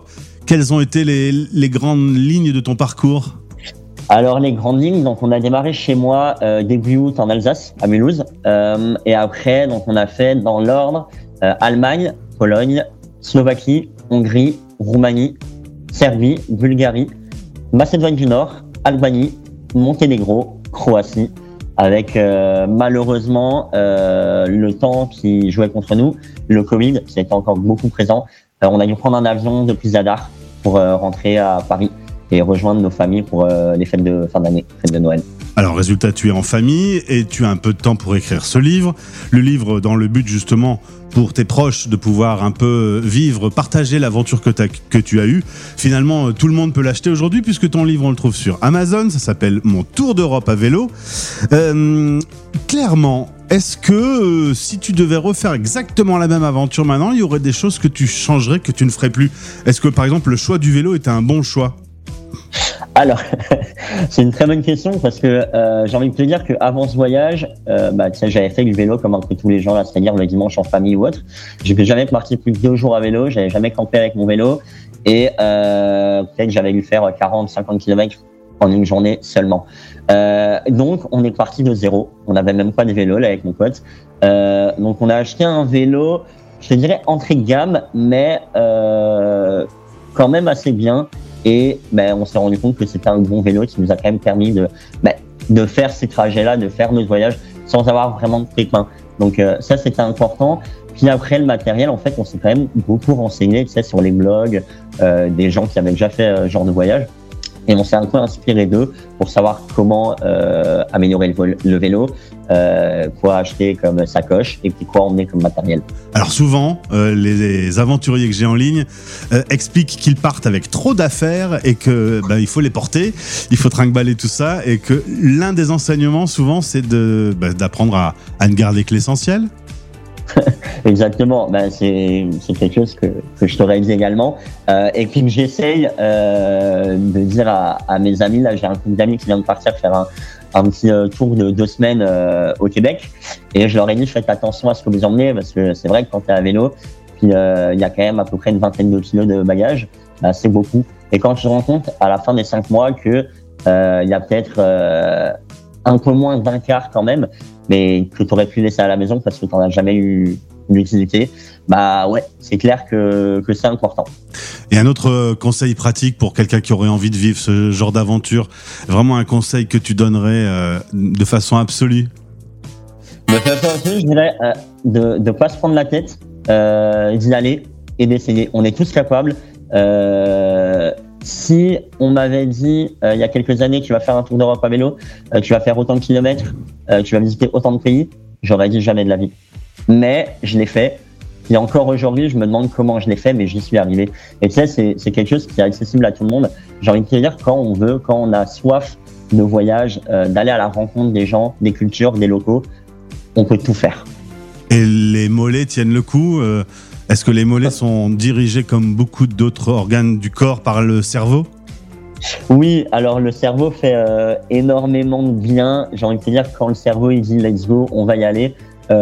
quelles ont été les grandes lignes de ton parcours ? Alors les grandes lignes, donc on a démarré chez moi début août en Alsace, à Mulhouse, et après donc on a fait dans l'ordre Allemagne, Pologne, Slovaquie, Hongrie, Roumanie, Serbie, Bulgarie, Macédoine du Nord, Albanie, Monténégro, Croatie, avec malheureusement le temps qui jouait contre nous, le Covid, qui était encore beaucoup présent. On a dû prendre un avion depuis Zadar pour rentrer à Paris et rejoindre nos familles pour les fêtes de fin d'année, fêtes de Noël. Alors, résultat, tu es en famille et tu as un peu de temps pour écrire ce livre. Le livre dans le but, justement, pour tes proches, de pouvoir un peu vivre, partager l'aventure que tu as eue. Finalement, tout le monde peut l'acheter aujourd'hui puisque ton livre, on le trouve sur Amazon. Ça s'appelle « Mon tour d'Europe à vélo ». Clairement, est-ce que si tu devais refaire exactement la même aventure maintenant, il y aurait des choses que tu changerais, que tu ne ferais plus ? Est-ce que, par exemple, le choix du vélo était un bon choix ? Alors, c'est une très bonne question parce que j'ai envie de te dire qu'avant ce voyage, tu sais, j'avais fait du vélo comme un peu tous les gens, là, c'est-à-dire le dimanche en famille ou autre. J'étais jamais parti plus de 2 jours à vélo, j'avais jamais campé avec mon vélo et peut-être j'avais dû faire 40-50 km en une journée seulement. Donc, on est parti de zéro. On n'avait même pas de vélo là avec mon pote. Donc, on a acheté un vélo, je te dirais entrée de gamme, mais quand même assez bien. Et on s'est rendu compte que c'était un bon vélo qui nous a quand même permis de faire ces trajets-là, de faire notre voyage sans avoir vraiment de pépins. Donc ça, c'était important. Puis après, le matériel, en fait, on s'est quand même beaucoup renseigné, tu sais, sur les blogs des gens qui avaient déjà fait ce genre de voyage. Et on s'est un peu inspiré d'eux pour savoir comment améliorer le vélo, quoi acheter comme sacoche et puis quoi emmener comme matériel. Alors souvent, les aventuriers que j'ai en ligne expliquent qu'ils partent avec trop d'affaires et que il faut les porter, il faut trinque-baller tout ça et que l'un des enseignements souvent c'est d'apprendre à ne garder que l'essentiel. Exactement, c'est quelque chose que je t'aurais dit également et puis que j'essaye de dire à mes amis. Là, j'ai un groupe d'amis qui vient de partir faire un petit tour de 2 semaines au Québec et je leur ai dit faites attention à ce que vous emmenez parce que c'est vrai que quand tu es à vélo, puis il y a quand même à peu près une vingtaine de kilos de bagages, c'est beaucoup. Et quand je me rends compte à la fin des 5 mois que il y a peut-être un peu moins d'un quart quand même, mais que tu aurais pu laisser à la maison parce que tu n'en as jamais eu l'utilité, c'est clair que c'est important. Et un autre conseil pratique pour quelqu'un qui aurait envie de vivre ce genre d'aventure, vraiment un conseil que tu donnerais de façon absolue? Je dirais de ne pas se prendre la tête, d'y aller et d'essayer. On est tous capables. Si on m'avait dit il y a quelques années tu vas faire un tour d'Europe à vélo, tu vas faire autant de kilomètres, tu vas visiter autant de pays, j'aurais dit jamais de la vie. Mais je l'ai fait. Et encore aujourd'hui, je me demande comment je l'ai fait, mais j'y suis arrivé. Et tu sais, c'est quelque chose qui est accessible à tout le monde. J'ai envie de te dire, quand on veut, quand on a soif de voyage, d'aller à la rencontre des gens, des cultures, des locaux, on peut tout faire. Et les mollets tiennent le coup Est-ce que les mollets sont dirigés comme beaucoup d'autres organes du corps par le cerveau? Oui, alors le cerveau fait énormément de bien. J'ai envie de te dire, quand le cerveau il dit let's go, on va y aller.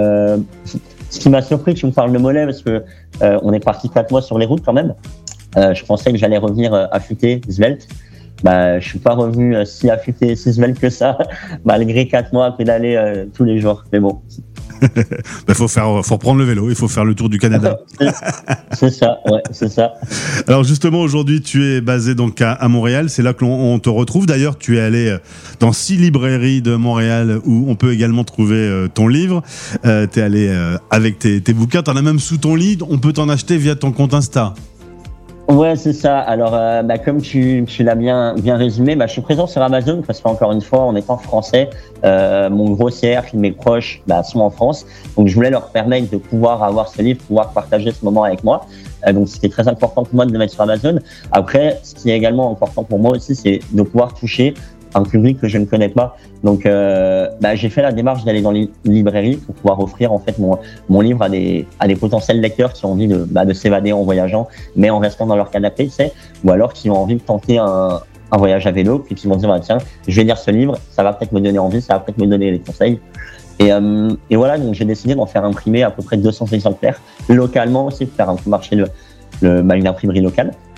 Ce qui m'a surpris que tu me parles de mollets, parce que on est parti 4 mois sur les routes quand même. Je pensais que j'allais revenir affûté, svelte. Je suis pas revenu si affûté, si svelte que ça, malgré 4 mois à pédaler tous les jours. Mais bon. Faut reprendre le vélo, il faut faire le tour du Canada. C'est ça, ouais, c'est ça. Alors justement, aujourd'hui, tu es basé donc à Montréal, c'est là que l'on te retrouve. D'ailleurs, tu es allé dans 6 librairies de Montréal où on peut également trouver ton livre. Tu es allé avec tes bouquins, tu en as même sous ton lit, on peut t'en acheter via ton compte Insta. Ouais, c'est ça. Alors, comme tu l'as bien résumé, je suis présent sur Amazon parce qu'encore une fois, en étant français, mon gros cercle, mes proches, sont en France. Donc, je voulais leur permettre de pouvoir avoir ce livre, pouvoir partager ce moment avec moi. Donc, c'était très important pour moi de le mettre sur Amazon. Après, ce qui est également important pour moi aussi, c'est de pouvoir toucher un public que je ne connais pas. Donc, j'ai fait la démarche d'aller dans les librairies pour pouvoir offrir en fait mon livre à des potentiels lecteurs qui ont envie de s'évader en voyageant, mais en restant dans leur canapé, tu sais, ou alors qui ont envie de tenter un voyage à vélo, puis qui vont dire tiens, je vais lire ce livre, ça va peut-être me donner envie, ça va peut-être me donner des conseils. Et voilà, donc j'ai décidé d'en faire imprimer à peu près 200 exemplaires localement aussi pour faire un peu marcher une imprimerie locale.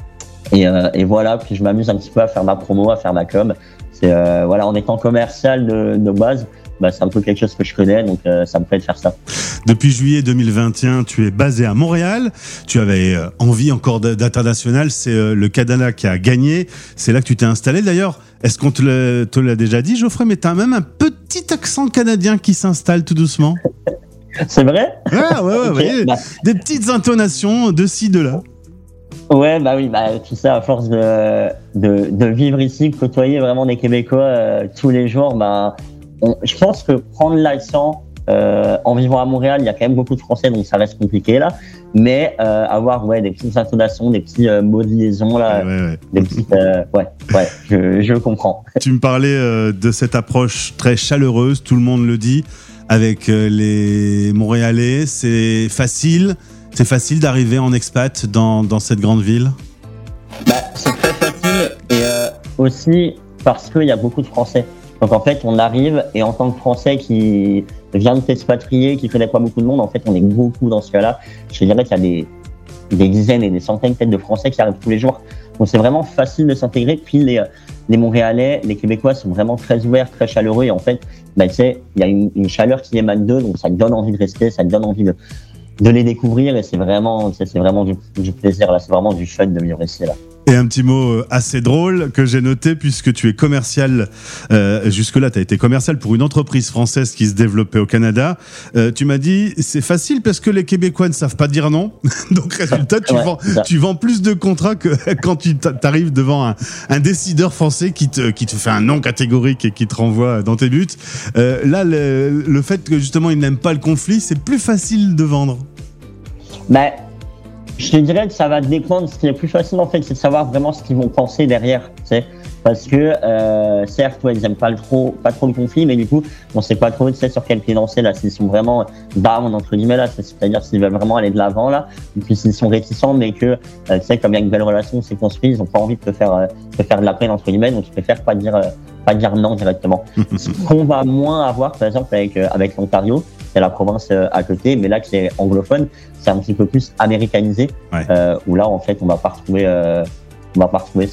Et voilà, puis je m'amuse un petit peu à faire ma promo, à faire ma com. C'est voilà, en étant commercial de base, c'est un peu quelque chose que je connais, donc ça me plaît de faire ça. Depuis juillet 2021, tu es basé à Montréal. Tu avais envie encore d'international. C'est le Canada qui a gagné. C'est là que tu t'es installé. D'ailleurs, est-ce qu'on te l'a déjà dit, Geoffrey, mais tu as même un petit accent canadien qui s'installe tout doucement. C'est vrai ? Ouais. Okay, des petites intonations de ci, de là. Ouais, oui, tout ça, à force de vivre ici, de côtoyer vraiment des Québécois tous les jours, je pense que prendre l'accent en vivant à Montréal, il y a quand même beaucoup de Français, donc ça reste compliqué là. Mais avoir des petites intonations, des petits mots de liaison là, des petites, je comprends. Tu me parlais de cette approche très chaleureuse, tout le monde le dit, avec les Montréalais. C'est facile d'arriver en expat dans cette grande ville. C'est très facile et aussi parce qu'il y a beaucoup de Français. Donc en fait, on arrive et en tant que Français qui vient de s'expatrier, qui connaît pas beaucoup de monde, en fait, on est beaucoup dans ce cas-là. Je dirais qu'il y a des dizaines et des centaines peut-être de Français qui arrivent tous les jours. Donc c'est vraiment facile de s'intégrer. Puis les Montréalais, les Québécois sont vraiment très ouverts, très chaleureux. Et en fait, tu sais, il y a une chaleur qui émane d'eux, donc ça te donne envie de rester, ça te donne envie de les découvrir. Et c'est vraiment du plaisir là, c'est vraiment du fun de vivre ici là. Et un petit mot assez drôle que j'ai noté, puisque tu es commercial, jusque-là tu as été commercial pour une entreprise française qui se développait au Canada. Tu m'as dit, c'est facile parce que les Québécois ne savent pas dire non. Donc résultat, tu vends plus de contrats que quand tu arrives devant un décideur français qui te fait un non catégorique et qui te renvoie dans tes buts. Là, le fait que justement ils n'aiment pas le conflit, c'est plus facile de vendre. Je te dirais que ça va dépendre. Ce qui est plus facile, en fait, c'est de savoir vraiment ce qu'ils vont penser derrière, tu sais. Parce que, certes, ils aiment pas trop le conflit, mais du coup, on sait pas trop, tu sais, sur quel pied danser, là. S'ils sont vraiment down, entre guillemets, là, c'est-à-dire s'ils veulent vraiment aller de l'avant, là. Et puis s'ils sont réticents, mais que, tu sais, comme il y a une belle relation qui s'est construite, ils ont pas envie de te faire de la peine, entre guillemets, donc ils préfèrent pas dire non directement. Ce qu'on va moins avoir, par exemple, avec l'Ontario, c'est la province à côté, mais là, que c'est anglophone, c'est un petit peu plus américanisé, où là, en fait, on va pas retrouver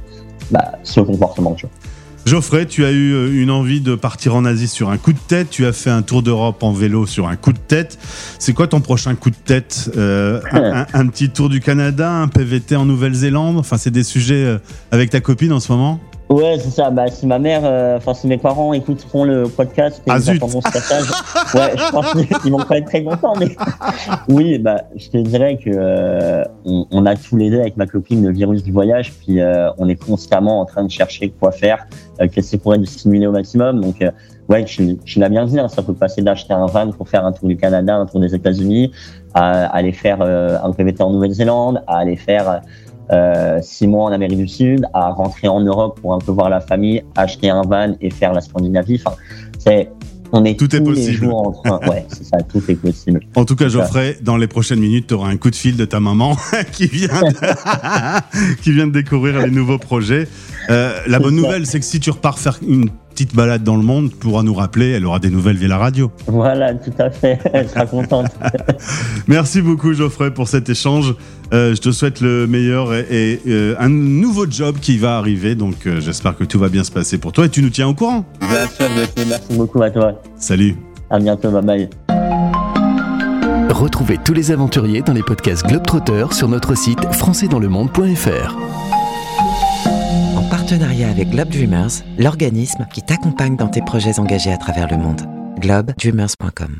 ce comportement, tu vois. Geoffrey, tu as eu une envie de partir en Asie sur un coup de tête. Tu as fait un tour d'Europe en vélo sur un coup de tête. C'est quoi ton prochain coup de tête ? Un petit tour du Canada, un PVT en Nouvelle-Zélande ? Enfin, c'est des sujets avec ta copine en ce moment ? Ouais, c'est ça. Si ma mère, si mes parents écouteront le podcast et ils entendront ce passage, je pense qu'ils vont pas être très contents. Mais oui, je te dirais que on a tous les deux avec ma copine le virus du voyage, puis on est constamment en train de chercher quoi faire, qu'est-ce qui pourrait nous stimuler au maximum. Donc je l'ai bien dit, ça peut passer d'acheter un van pour faire un tour du Canada, un tour des États-Unis, à aller faire un PVT en Nouvelle-Zélande, à aller faire 6 mois en Amérique du Sud, à rentrer en Europe pour un peu voir la famille, acheter un van et faire la Scandinavie. Enfin, on est tout est possible. Les jours en train. Ouais, c'est ça, tout est possible. En tout cas, Geoffrey, dans les prochaines minutes, tu auras un coup de fil de ta maman qui vient de découvrir les nouveaux projets. La bonne nouvelle, c'est que si tu repars faire une petite balade dans le monde, tu pourras nous rappeler, elle aura des nouvelles via la radio. Voilà, tout à fait, elle sera contente. Merci beaucoup, Geoffrey, pour cet échange. Je te souhaite le meilleur et un nouveau job qui va arriver, donc j'espère que tout va bien se passer pour toi et tu nous tiens au courant. Bien sûr, merci beaucoup à toi. Salut. À bientôt, bye bye. Retrouvez tous les aventuriers dans les podcasts Globetrotter sur notre site françaisdanslemonde.fr. En partenariat avec Globe Dreamers, l'organisme qui t'accompagne dans tes projets engagés à travers le monde. globedreamers.com.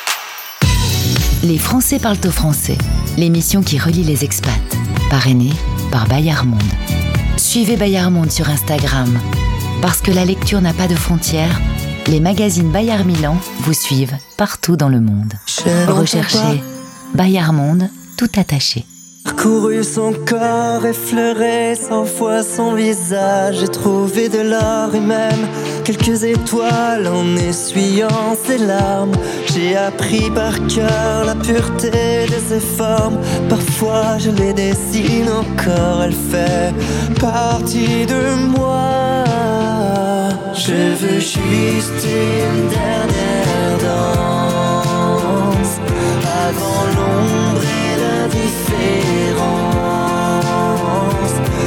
Les Français parlent au français, l'émission qui relie les expats, parrainée par Bayard Monde. Suivez Bayard Monde sur Instagram. Parce que la lecture n'a pas de frontières, les magazines Bayard Milan vous suivent partout dans le monde. Recherchez Bayard Monde, tout attaché. Parcouru son corps, effleuré 100 fois son visage. J'ai trouvé de l'or et même quelques étoiles en essuyant ses larmes. J'ai appris par cœur la pureté de ses formes. Parfois je les dessine encore, elle fait partie de moi. Je veux juste une dernière danse avant l'ombre et l'indifférence.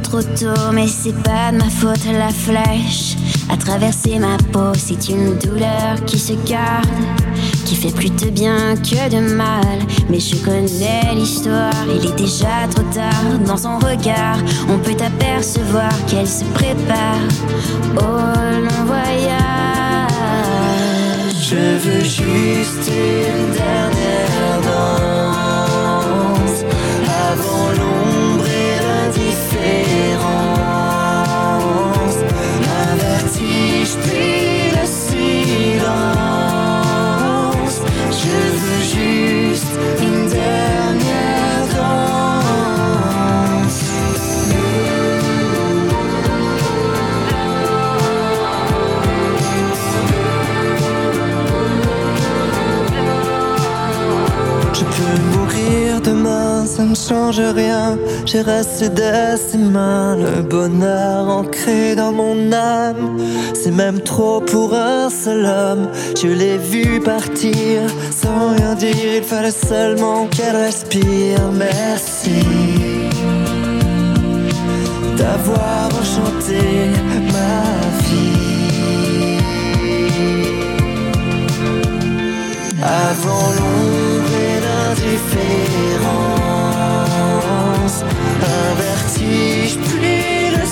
trop tôt, mais c'est pas de ma faute. La flèche a traversé ma peau, c'est une douleur qui se garde, qui fait plus de bien que de mal. Mais je connais l'histoire, il est déjà trop tard. Dans son regard, on peut apercevoir qu'elle se prépare au long voyage. Je veux juste une dernière danse avant l'ombre et l'indifférence. Un vertige puis le silence. Je veux juste une dernière danse. Je peux mourir demain, ça ne change rien. J'ai resté de ses mains le bonheur ancré dans mon âme. C'est même trop pour un seul homme. Je l'ai vu partir sans rien dire. Il fallait seulement qu'elle respire. Merci d'avoir enchanté ma vie. Avant l'ombre et l'indifférence, un vertige puis le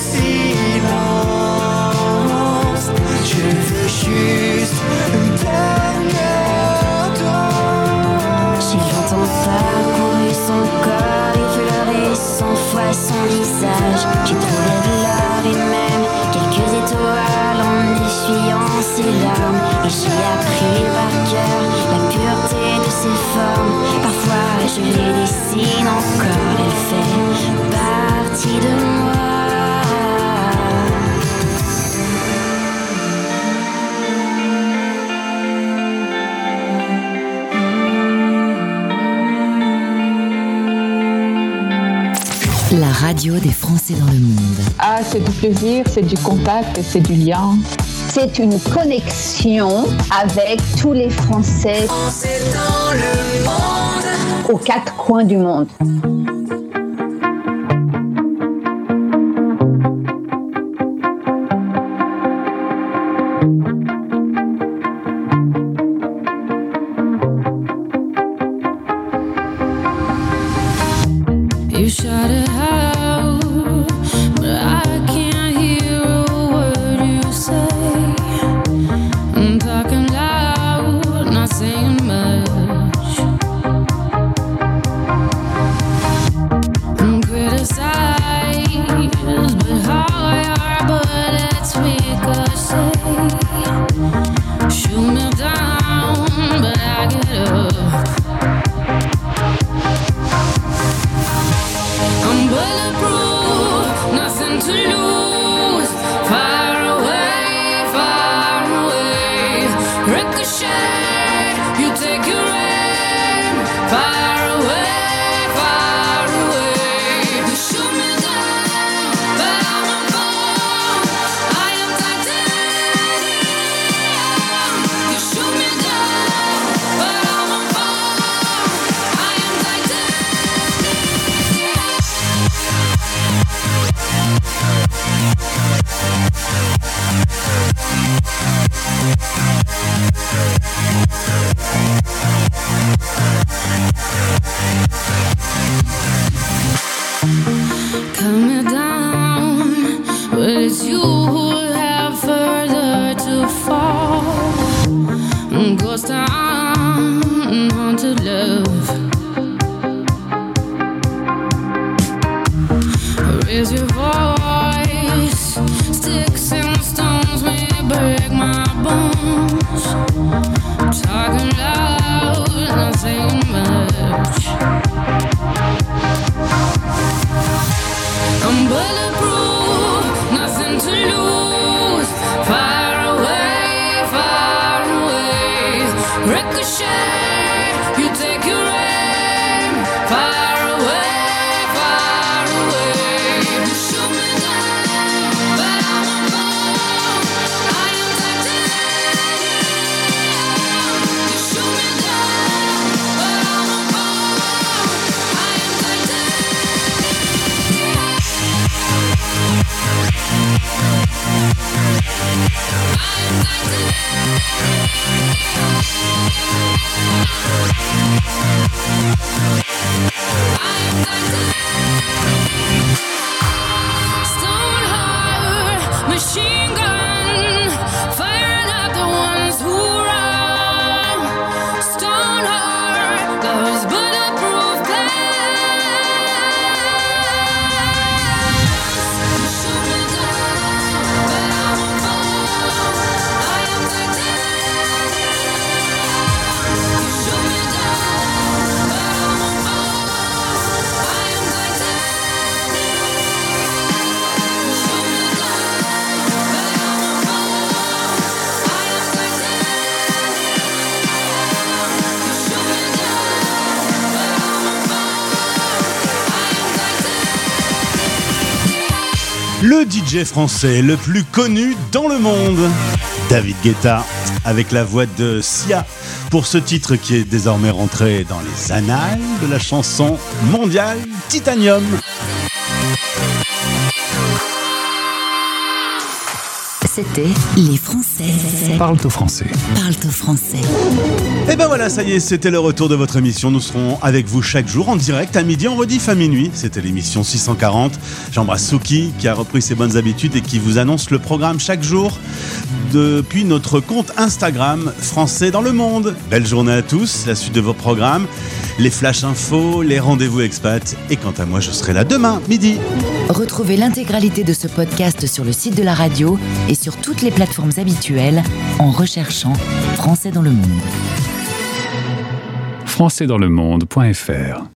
silence. Je veux juste une dernière danse. J'ai longtemps parcouru son corps, effleuré 100 fois son visage. J'ai trouvé de l'or et même quelques étoiles en essuyant ses larmes. Et j'ai appris par cœur la pureté de ses formes. Parfois je les dessine encore, elle fait partie de moi. La radio des Français dans le monde. Ah, c'est du plaisir, c'est du contact, c'est du lien. C'est une connexion avec tous les Français dans le monde, aux quatre coins du monde. you shout it out, but I can't hear a word you say. I'm talking loud, not saying much. I'm criticized, but how your bullets ricochet. Shoot me down, but I get up. I'm bulletproof, nothing to lose. Far away, ricochet. You take your aim. Far away. You shoot me down, but I won't fall. I am titanium. You shoot me down, but I won't fall. I am coming down, but it's you who have further to fall. Ghost town, haunted love. Raise your voice, sticks and stones may break my bones. Talking loud, not saying much. I'm bulletproof, nothing to lose. Machine gun, firing at the ones who run. Stone heart, those bulletproof glass. Shoot me down, but I won't fall. I am titanium. Shoot me down, but I won't fall. I am titanium. Le DJ français le plus connu dans le monde, David Guetta, avec la voix de Sia, pour ce titre qui est désormais rentré dans les annales de la chanson mondiale, Titanium. C'était Les Français. Parle au français. Parle au français. Et ben voilà, ça y est, c'était le retour de votre émission. Nous serons avec vous chaque jour en direct à midi, en rediff à minuit. C'était l'émission 640. J'embrasse Souki qui a repris ses bonnes habitudes et qui vous annonce le programme chaque jour depuis notre compte Instagram Français dans le monde. Belle journée à tous, la suite de vos programmes, les flash infos, les rendez-vous expats. Et quant à moi, je serai là demain, midi. Retrouvez l'intégralité de ce podcast sur le site de la radio et sur toutes les plateformes habituelles en recherchant Français dans le monde. françaisdanslemonde.fr